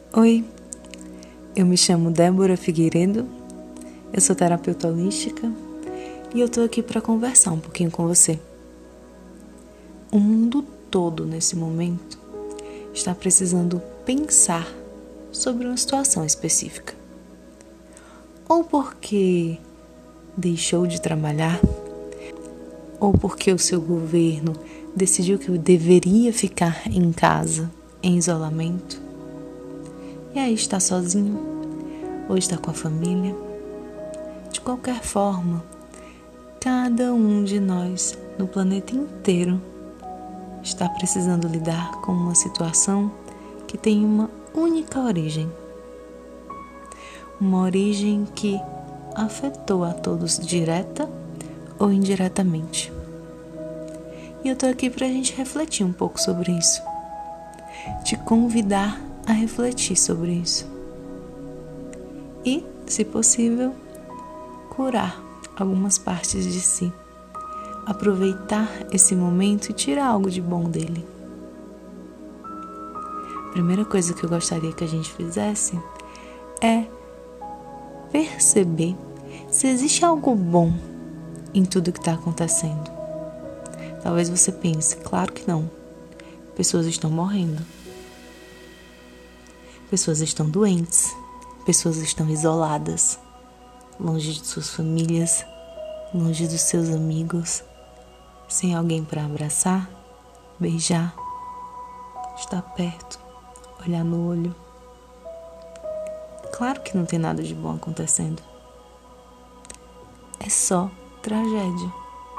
Oi, eu me chamo Débora Figueiredo, eu sou terapeuta holística e eu tô aqui para conversar um pouquinho com você. O mundo todo nesse momento está precisando pensar sobre uma situação específica. Ou porque deixou de trabalhar, ou porque o seu governo decidiu que eu deveria ficar em casa, em isolamento. E aí está sozinho, ou está com a família. De qualquer forma, cada um de nós no planeta inteiro está precisando lidar com uma situação que tem uma única origem. Uma origem que afetou a todos direta ou indiretamente. E eu tô aqui pra gente refletir um pouco sobre isso. Te convidar a refletir sobre isso. E, se possível, curar algumas partes de si. Aproveitar esse momento e tirar algo de bom dele. A primeira coisa que eu gostaria que a gente fizesse é perceber se existe algo bom em tudo que está acontecendo. Talvez você pense, claro que não. Pessoas estão morrendo. Pessoas estão doentes. Pessoas estão isoladas. Longe de suas famílias, longe dos seus amigos. Sem alguém para abraçar, beijar, estar perto, olhar no olho. Claro que não tem nada de bom acontecendo. É só tragédia.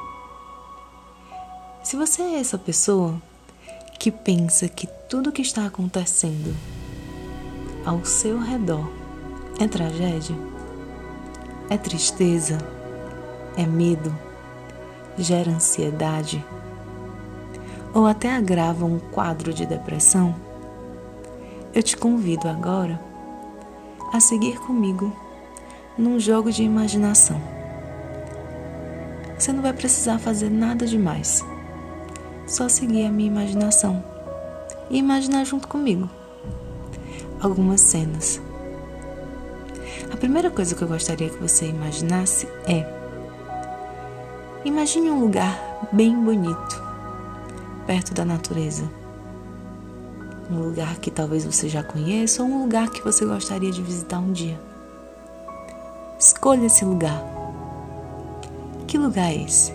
Se você é essa pessoa que pensa que tudo que está acontecendo ao seu redor é tragédia, é tristeza, é medo, gera ansiedade ou até agrava um quadro de depressão, eu te convido agora a seguir comigo num jogo de imaginação. Você não vai precisar fazer nada demais. Só seguir a minha imaginação e imaginar junto comigo algumas cenas. A primeira coisa que eu gostaria que você imaginasse é: imagine um lugar bem bonito, perto da natureza. Um lugar que talvez você já conheça ou um lugar que você gostaria de visitar um dia. Escolha esse lugar. Que lugar é esse?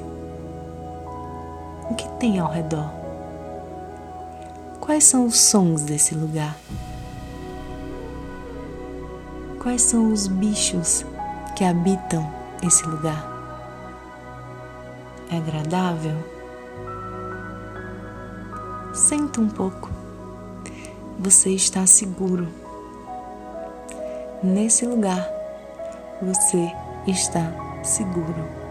O que tem ao redor? Quais são os sons desse lugar? Quais são os bichos que habitam esse lugar? É agradável? Senta um pouco. Você está seguro. Nesse lugar, você está seguro.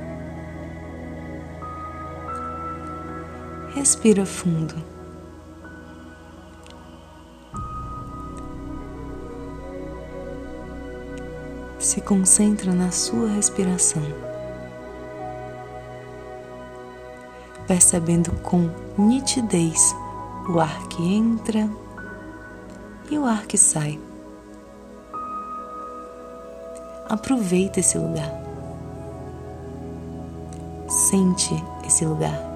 Respira fundo. Se concentra na sua respiração, percebendo com nitidez o ar que entra e o ar que sai. Aproveita esse lugar. Sente esse lugar.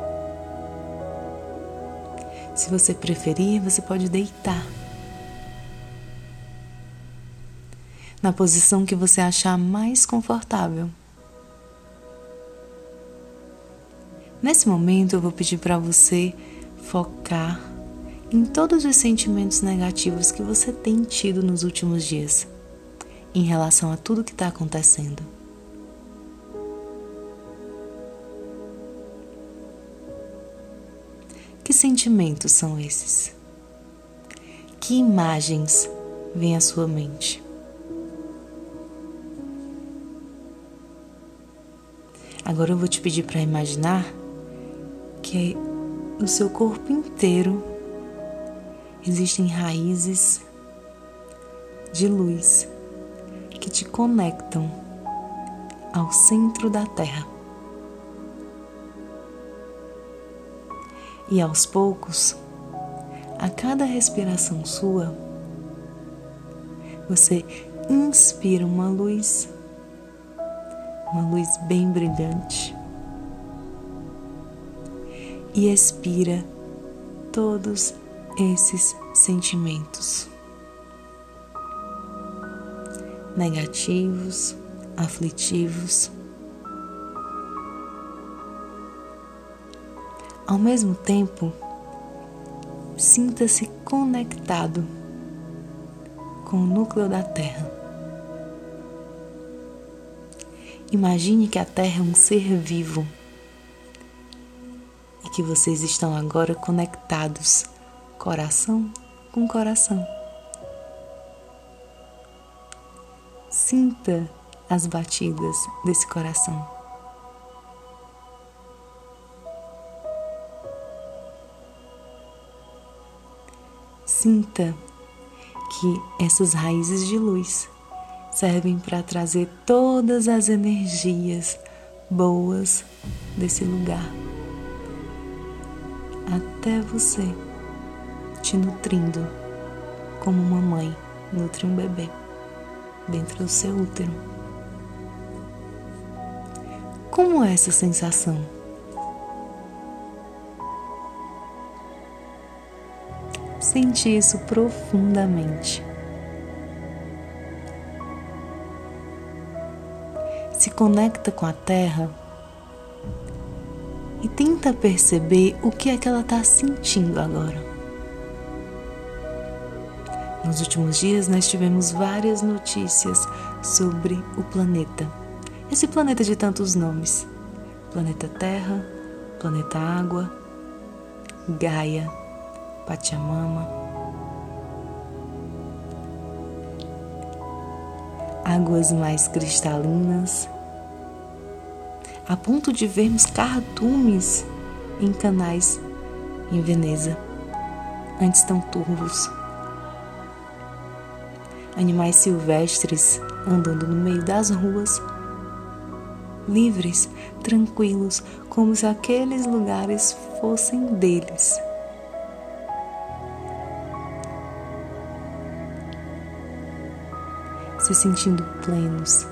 Se você preferir, você pode deitar na posição que você achar mais confortável. Nesse momento, eu vou pedir para você focar em todos os sentimentos negativos que você tem tido nos últimos dias, em relação a tudo que está acontecendo. Que sentimentos são esses? Que imagens vêm à sua mente? Agora eu vou te pedir para imaginar que no seu corpo inteiro existem raízes de luz que te conectam ao centro da Terra. E aos poucos, a cada respiração sua, Você inspira uma luz bem brilhante, e expira todos esses sentimentos negativos, aflitivos. Ao mesmo tempo, sinta-se conectado com o núcleo da Terra. Imagine que a Terra é um ser vivo e que vocês estão agora conectados, coração com coração. Sinta as batidas desse coração. Sinta que essas raízes de luz servem para trazer todas as energias boas desse lugar até você, te nutrindo como uma mãe nutre um bebê dentro do seu útero. Como é essa sensação? Sente isso profundamente. Se conecta com a Terra e tenta perceber o que é que ela está sentindo agora. Nos últimos dias nós tivemos várias notícias sobre o planeta. Esse planeta de tantos nomes. Planeta Terra, Planeta Água, Gaia, Pachamama. Águas mais cristalinas, a ponto de vermos cardumes em canais em Veneza, antes tão turvos. Animais silvestres andando no meio das ruas, livres, tranquilos, como se aqueles lugares fossem deles. Se sentindo plenos,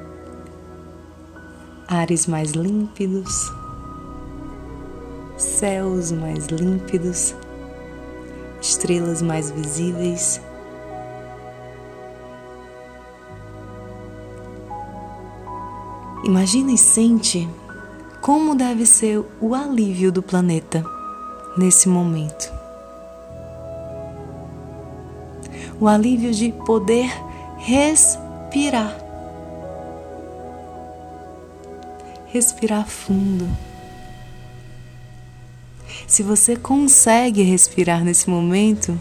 ares mais límpidos, céus mais límpidos, estrelas mais visíveis. Imagina e sente como deve ser o alívio do planeta nesse momento. O alívio de poder respirar. Respirar fundo. Se você consegue respirar nesse momento,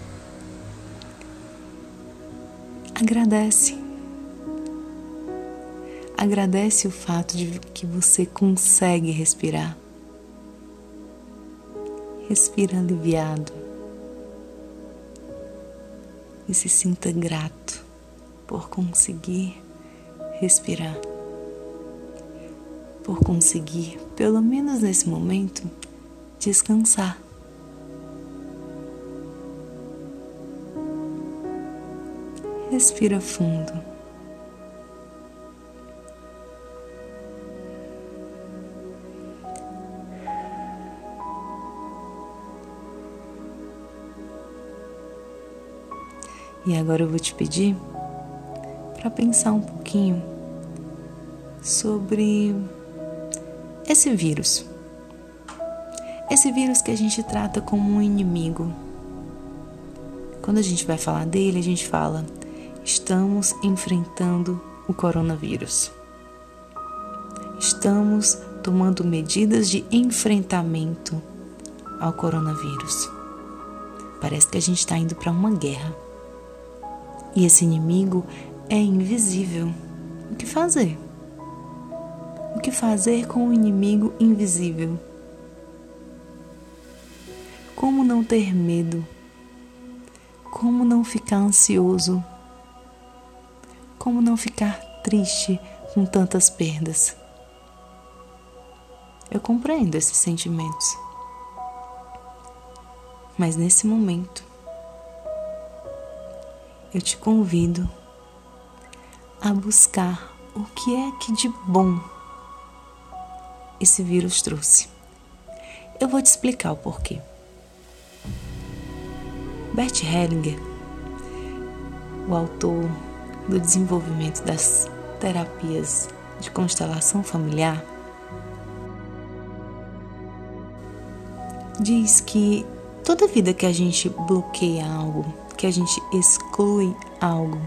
agradece. Agradece o fato de que você consegue respirar. Respira aliviado. E se sinta grato por conseguir respirar. Por conseguir, pelo menos nesse momento, descansar. Respira fundo. E agora eu vou te pedir para pensar um pouquinho sobre esse vírus. Esse vírus que a gente trata como um inimigo. Quando a gente vai falar dele, a gente fala: estamos enfrentando o coronavírus. Estamos tomando medidas de enfrentamento ao coronavírus. Parece que a gente está indo para uma guerra. E esse inimigo é invisível. O que fazer? O que fazer com o inimigo invisível? Como não ter medo? Como não ficar ansioso? Como não ficar triste com tantas perdas? Eu compreendo esses sentimentos. Mas nesse momento, eu te convido a buscar o que é que de bom esse vírus trouxe. Eu vou te explicar o porquê. Bert Hellinger, o autor do desenvolvimento das terapias de constelação familiar, diz que toda vida que a gente bloqueia algo, que a gente exclui algo,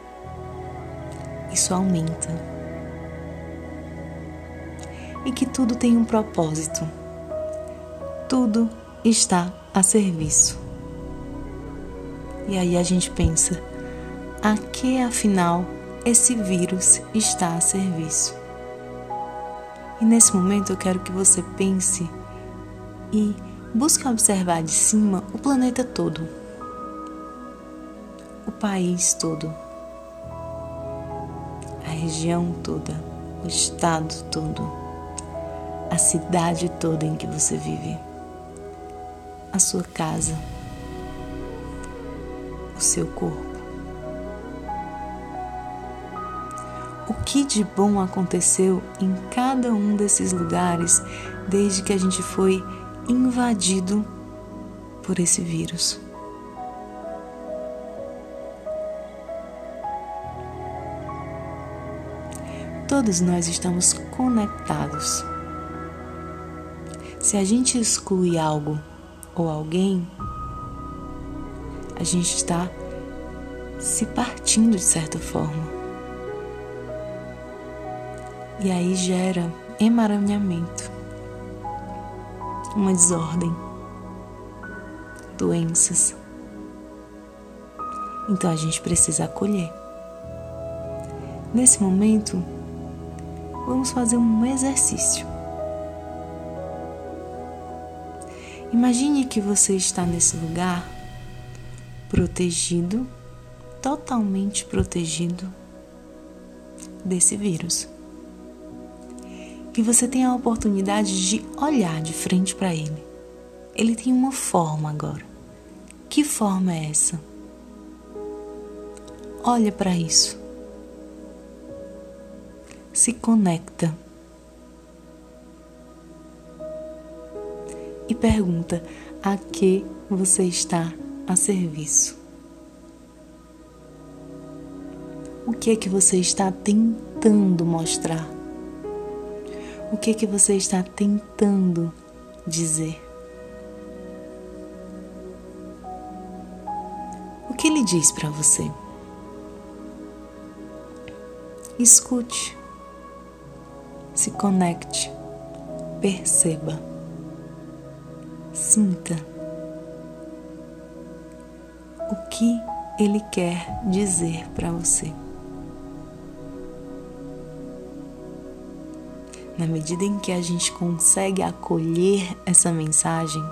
isso aumenta. E que tudo tem um propósito. Tudo está a serviço. E aí a gente pensa, a que afinal esse vírus está a serviço? E nesse momento eu quero que você pense e busque observar de cima o planeta todo, o país todo, a região toda, o estado todo, a cidade toda em que você vive, a sua casa, o seu corpo. O que de bom aconteceu em cada um desses lugares desde que a gente foi invadido por esse vírus? Todos nós estamos conectados. Se a gente exclui algo ou alguém, a gente está se partindo de certa forma. E aí gera emaranhamento, uma desordem, doenças. Então a gente precisa acolher. Nesse momento, vamos fazer um exercício. Imagine que você está nesse lugar protegido, totalmente protegido desse vírus. E você tem a oportunidade de olhar de frente para ele. Ele tem uma forma agora. Que forma é essa? Olha para isso. Se conecta. E pergunta a que você está a serviço. O que é que você está tentando mostrar? O que é que você está tentando dizer? O que ele diz para você? Escute, se conecte, perceba, sinta o que ele quer dizer para você. Na medida em que a gente consegue acolher essa mensagem,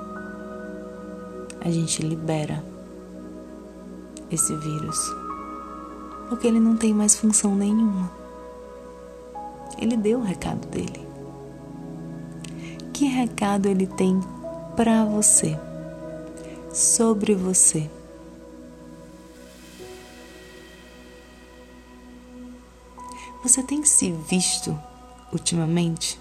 a gente libera esse vírus, porque ele não tem mais função nenhuma. Ele deu o recado dele. Que recado ele tem para você, sobre você? Você tem se visto ultimamente?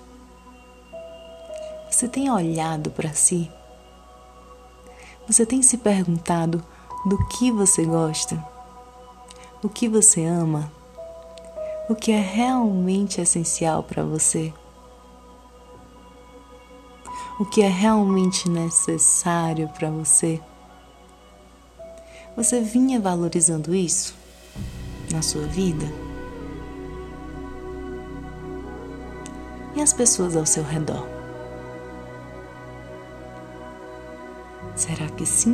Você tem olhado para si? Você tem se perguntado do que você gosta? O que você ama? O que é realmente essencial para você? O que é realmente necessário para você? Você vinha valorizando isso na sua vida? E as pessoas ao seu redor? Será que sim?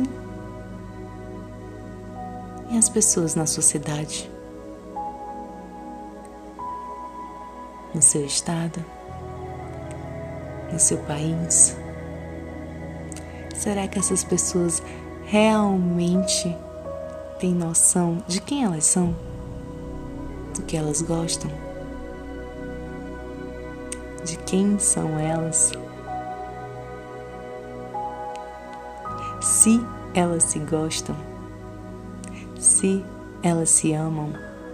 E as pessoas na sua cidade? No seu estado? No seu país? Será que essas pessoas realmente têm noção de quem elas são? Do que elas gostam? De quem são elas? Se elas se gostam, se elas se amam.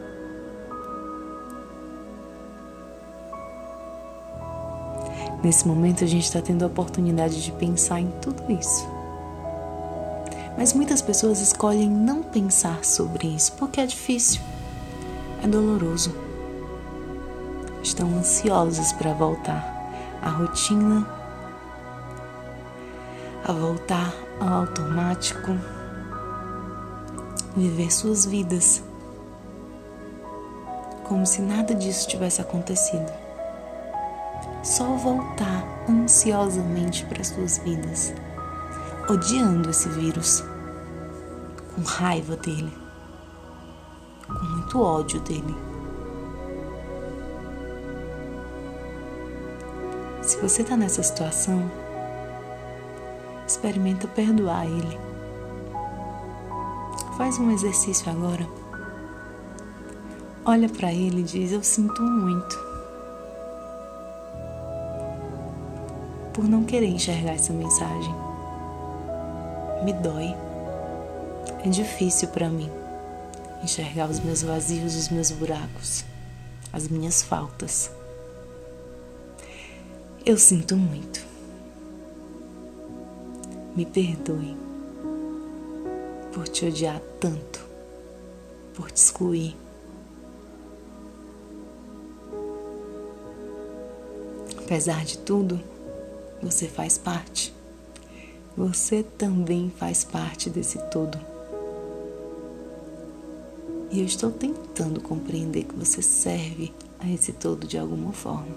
Nesse momento a gente está tendo a oportunidade de pensar em tudo isso. Mas muitas pessoas escolhem não pensar sobre isso porque é difícil, é doloroso. Estão ansiosas para voltar à rotina, a voltar ao automático, viver suas vidas como se nada disso tivesse acontecido. Só voltar ansiosamente para suas vidas, odiando esse vírus, com raiva dele, com muito ódio dele. Se você está nessa situação, experimenta perdoar ele. Faz um exercício agora. Olha para ele e diz: eu sinto muito por não querer enxergar essa mensagem. Me dói. É difícil para mim enxergar os meus vazios, os meus buracos, as minhas faltas. Eu sinto muito. Me perdoe por te odiar tanto, por te excluir. Apesar de tudo, você faz parte. Você também faz parte desse todo. E eu estou tentando compreender que você serve a esse todo de alguma forma.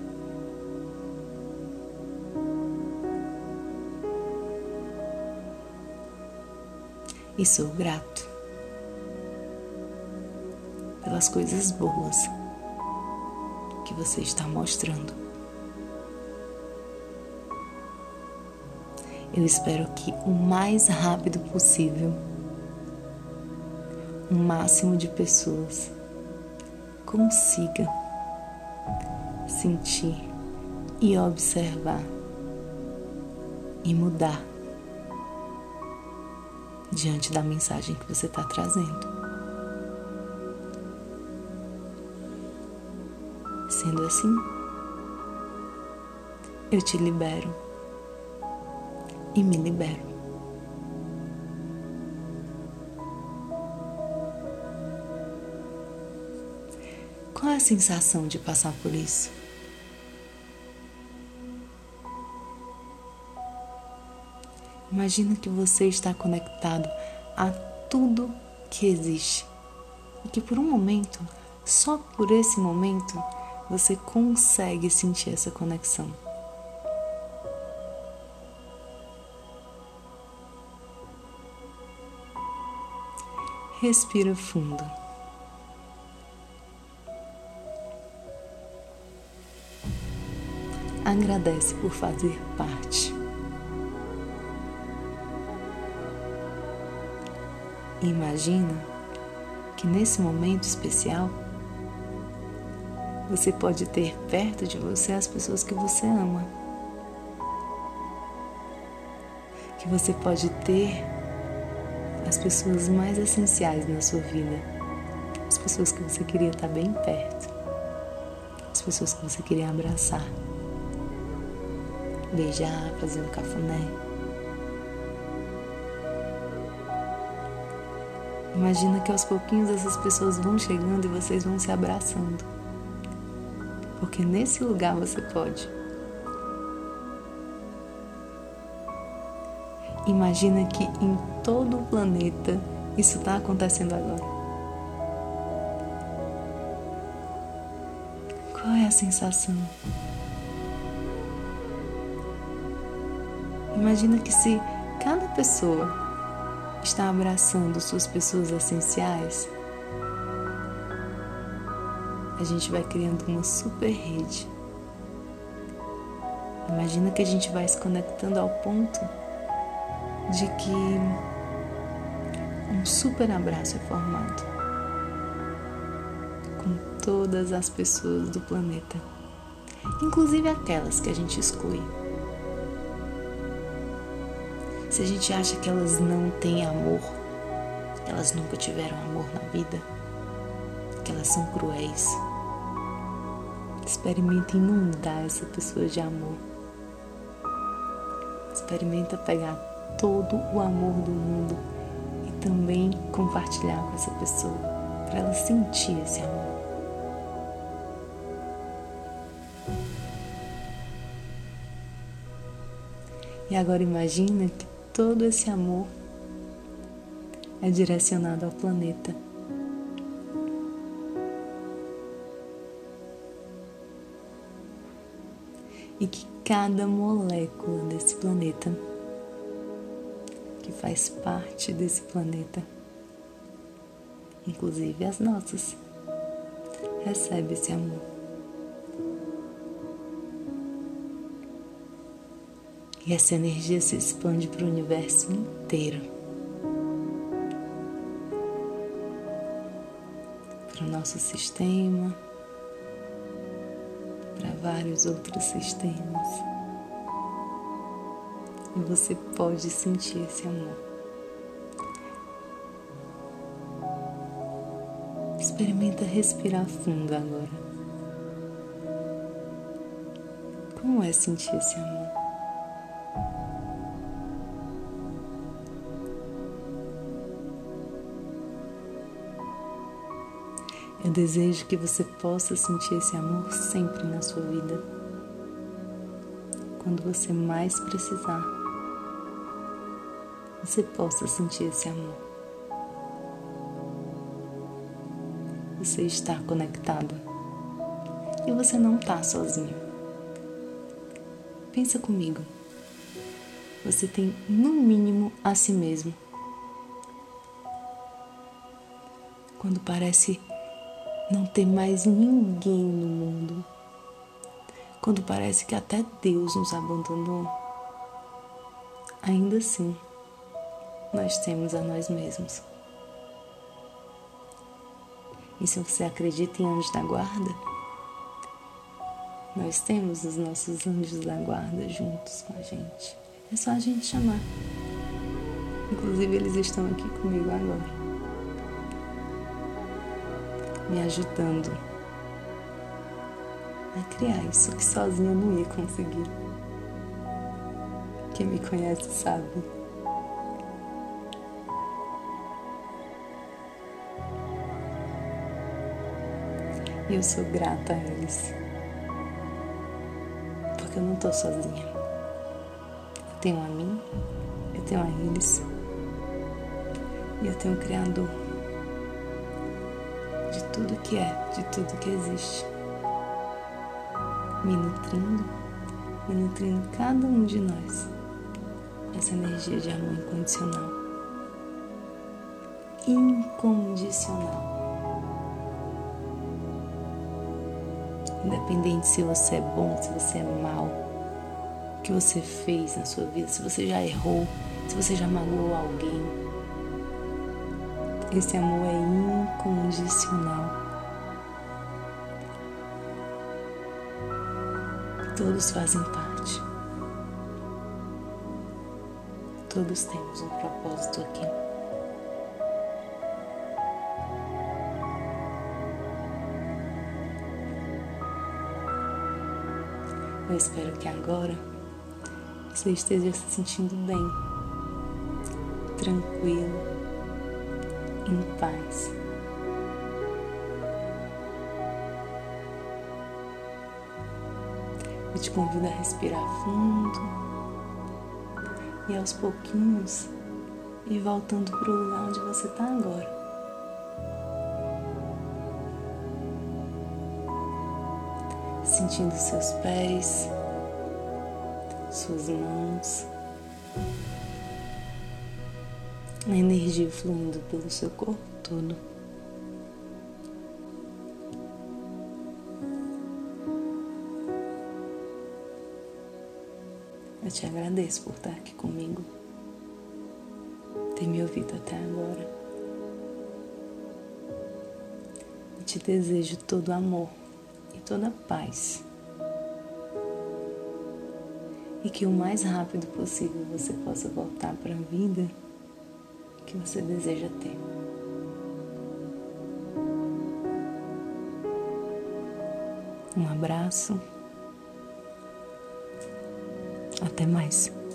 E sou grato pelas coisas boas que você está mostrando. Eu espero que o mais rápido possível, o máximo de pessoas consiga sentir e observar e mudar diante da mensagem que você está trazendo. Sendo assim, eu te libero e me libero. Qual é a sensação de passar por isso? Imagina que você está conectado a tudo que existe e que por um momento, só por esse momento, você consegue sentir essa conexão. Respira fundo. Agradece por fazer parte. Imagina que nesse momento especial você pode ter perto de você as pessoas que você ama. Que você pode ter as pessoas mais essenciais na sua vida. As pessoas que você queria estar bem perto. As pessoas que você queria abraçar. Beijar, fazer um cafuné. Imagina que aos pouquinhos essas pessoas vão chegando e vocês vão se abraçando. Porque nesse lugar você pode. Imagina que em todo o planeta isso está acontecendo agora. Qual é a sensação? Imagina que se cada pessoa está abraçando suas pessoas essenciais, a gente vai criando uma super rede. Imagina que a gente vai se conectando ao ponto de que um super abraço é formado com todas as pessoas do planeta, inclusive aquelas que a gente exclui. Se a gente acha que elas não têm amor, que elas nunca tiveram amor na vida, que elas são cruéis. Experimenta inundar essa pessoa de amor. Experimenta pegar todo o amor do mundo e também compartilhar com essa pessoa, para ela sentir esse amor. E agora imagina que todo esse amor é direcionado ao planeta. E que cada molécula desse planeta, que faz parte desse planeta, inclusive as nossas, recebe esse amor. E essa energia se expande para o universo inteiro, para o nosso sistema, para vários outros sistemas. E você pode sentir esse amor. Experimenta respirar fundo agora. Como é sentir esse amor? Eu desejo que você possa sentir esse amor sempre na sua vida. Quando você mais precisar, você possa sentir esse amor. Você está conectado e você não está sozinho. Pensa comigo. Você tem no mínimo a si mesmo. Quando parece não ter mais ninguém no mundo, quando parece que até Deus nos abandonou, ainda assim, nós temos a nós mesmos. E se você acredita em anjos da guarda, nós temos os nossos anjos da guarda juntos com a gente. É só a gente chamar. Inclusive, eles estão aqui comigo agora, me ajudando a criar isso que sozinha eu não ia conseguir. Quem me conhece sabe. E eu sou grata a eles, porque eu não tô sozinha. Eu tenho a mim, eu tenho a eles, e eu tenho o Criador de tudo que é, de tudo que existe, me nutrindo cada um de nós, essa energia de amor incondicional. Incondicional. Independente se você é bom, se você é mau, o que você fez na sua vida, se você já errou, se você já magoou alguém. Esse amor é incondicional. Todos fazem parte. Todos temos um propósito aqui. Eu espero que agora você esteja se sentindo bem, tranquilo, em paz. Eu te convido a respirar fundo e aos pouquinhos ir voltando para o lugar onde você está agora. Sentindo seus pés, suas mãos, a energia fluindo pelo seu corpo todo. Eu te agradeço por estar aqui comigo, ter me ouvido até agora. E te desejo todo amor e toda paz. E que o mais rápido possível você possa voltar para a vida que você deseja ter. Um abraço. Até mais.